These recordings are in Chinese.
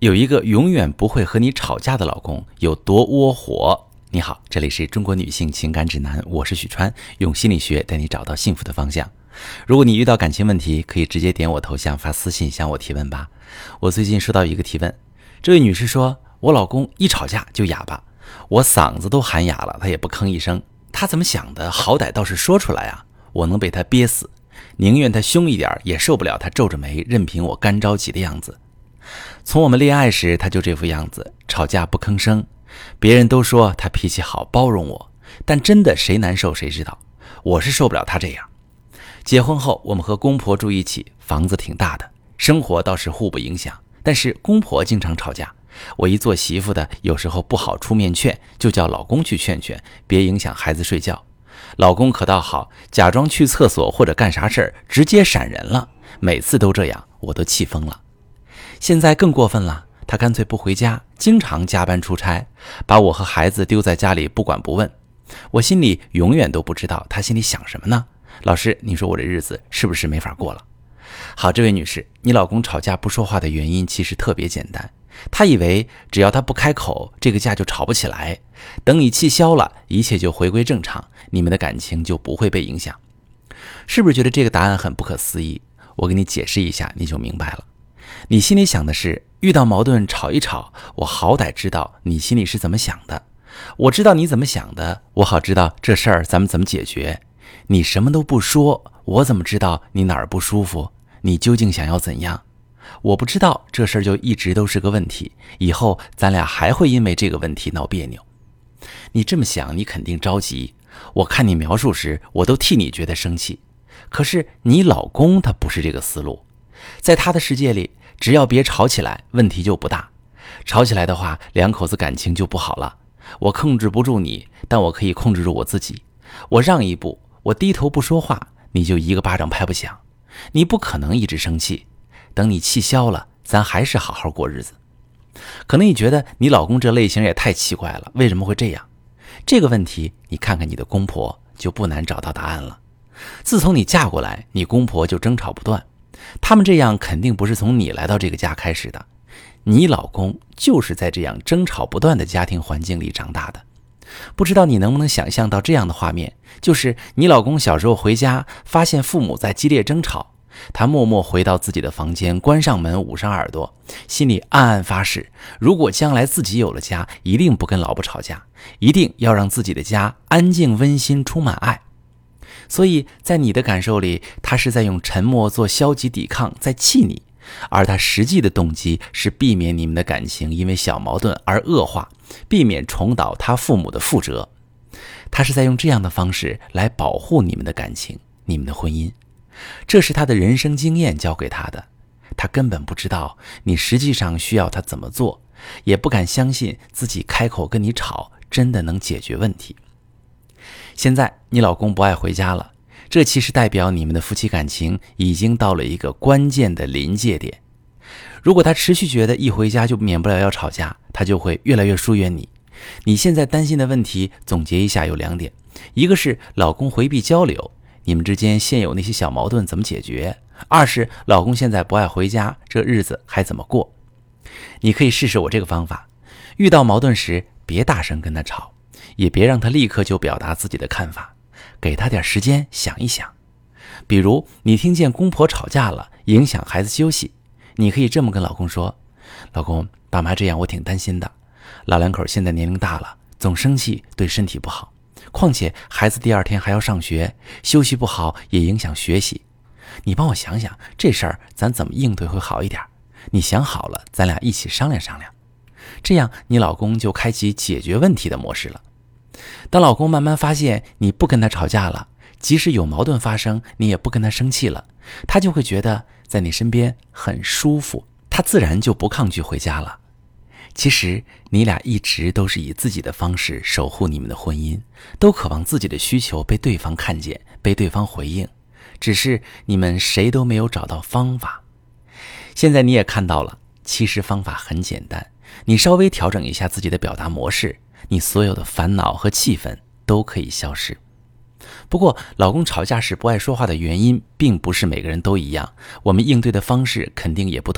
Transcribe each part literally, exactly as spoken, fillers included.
有一个永远不会和你吵架的老公有多窝火？你好，这里是中国女性情感指南，我是许川，用心理学带你找到幸福的方向。如果你遇到感情问题，可以直接点我头像发私信向我提问吧。我最近收到一个提问，这位女士说，我老公一吵架就哑巴，我嗓子都喊哑了，他也不吭一声。他怎么想的？好歹倒是说出来啊，我能被他憋死，宁愿他凶一点，也受不了他皱着眉任凭我干着急的样子。从我们恋爱时他就这副样子，吵架不吭声。别人都说他脾气好，包容我，但真的谁难受谁知道，我是受不了他这样。结婚后我们和公婆住一起，房子挺大的，生活倒是互不影响，但是公婆经常吵架，我一做媳妇的有时候不好出面劝，就叫老公去劝劝，别影响孩子睡觉。老公可倒好，假装去厕所或者干啥事儿，直接闪人了，每次都这样，我都气疯了。现在更过分了，他干脆不回家，经常加班出差，把我和孩子丢在家里不管不问。我心里永远都不知道他心里想什么呢？老师，你说我这日子是不是没法过了？好，这位女士，你老公吵架不说话的原因其实特别简单，他以为只要他不开口，这个架就吵不起来，等你气消了，一切就回归正常，你们的感情就不会被影响。是不是觉得这个答案很不可思议？我给你解释一下，你就明白了。你心里想的是，遇到矛盾吵一吵，我好歹知道你心里是怎么想的，我知道你怎么想的，我好知道这事儿咱们怎么解决。你什么都不说，我怎么知道你哪儿不舒服？你究竟想要怎样？我不知道，这事儿就一直都是个问题，以后咱俩还会因为这个问题闹别扭。你这么想，你肯定着急，我看你描述时，我都替你觉得生气。可是你老公他不是这个思路，在他的世界里，只要别吵起来，问题就不大。吵起来的话，两口子感情就不好了。我控制不住你，但我可以控制住我自己。我让一步，我低头不说话，你就一个巴掌拍不响。你不可能一直生气，等你气消了，咱还是好好过日子。可能你觉得你老公这类型也太奇怪了，为什么会这样？这个问题，你看看你的公婆，就不难找到答案了。自从你嫁过来，你公婆就争吵不断。他们这样肯定不是从你来到这个家开始的，你老公就是在这样争吵不断的家庭环境里长大的。不知道你能不能想象到这样的画面，就是你老公小时候回家，发现父母在激烈争吵，他默默回到自己的房间，关上门，捂上耳朵，心里暗暗发誓，如果将来自己有了家，一定不跟老婆吵架，一定要让自己的家安静温馨，充满爱。所以在你的感受里，他是在用沉默做消极抵抗，在气你，而他实际的动机是避免你们的感情因为小矛盾而恶化，避免重蹈他父母的覆辙。他是在用这样的方式来保护你们的感情，你们的婚姻。这是他的人生经验教给他的，他根本不知道你实际上需要他怎么做，也不敢相信自己开口跟你吵真的能解决问题。现在你老公不爱回家了，这其实代表你们的夫妻感情已经到了一个关键的临界点。如果他持续觉得一回家就免不了要吵架，他就会越来越疏远你。你现在担心的问题总结一下有两点，一个是老公回避交流，你们之间现有那些小矛盾怎么解决？二是老公现在不爱回家，这日子还怎么过？你可以试试我这个方法，遇到矛盾时别大声跟他吵，也别让他立刻就表达自己的看法，给他点时间想一想。比如你听见公婆吵架了，影响孩子休息，你可以这么跟老公说，老公，爸妈这样我挺担心的，老两口现在年龄大了，总生气对身体不好，况且孩子第二天还要上学，休息不好也影响学习。你帮我想想这事儿咱怎么应对会好一点，你想好了咱俩一起商量商量。这样你老公就开启解决问题的模式了。当老公慢慢发现你不跟他吵架了，即使有矛盾发生，你也不跟他生气了，他就会觉得在你身边很舒服，他自然就不抗拒回家了。其实你俩一直都是以自己的方式守护你们的婚姻，都渴望自己的需求被对方看见，被对方回应，只是你们谁都没有找到方法。现在你也看到了，其实方法很简单，你稍微调整一下自己的表达模式，你所有的烦恼和气愤都可以消失。不过老公吵架时不爱说话的原因并不是每个人都一样，我们应对的方式肯定也不同，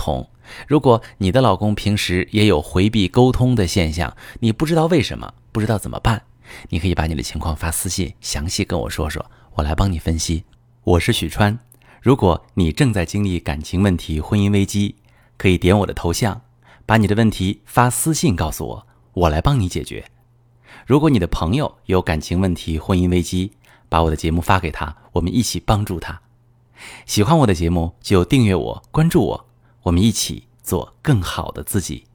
如果你的老公平时也有回避沟通的现象，你不知道为什么，不知道怎么办，你可以把你的情况发私信，详细跟我说说，我来帮你分析。我是许川，如果你正在经历感情问题、婚姻危机，可以点我的头像，把你的问题发私信告诉我，我来帮你解决。如果你的朋友有感情问题、婚姻危机，把我的节目发给他，我们一起帮助他。喜欢我的节目就订阅我、关注我，我们一起做更好的自己。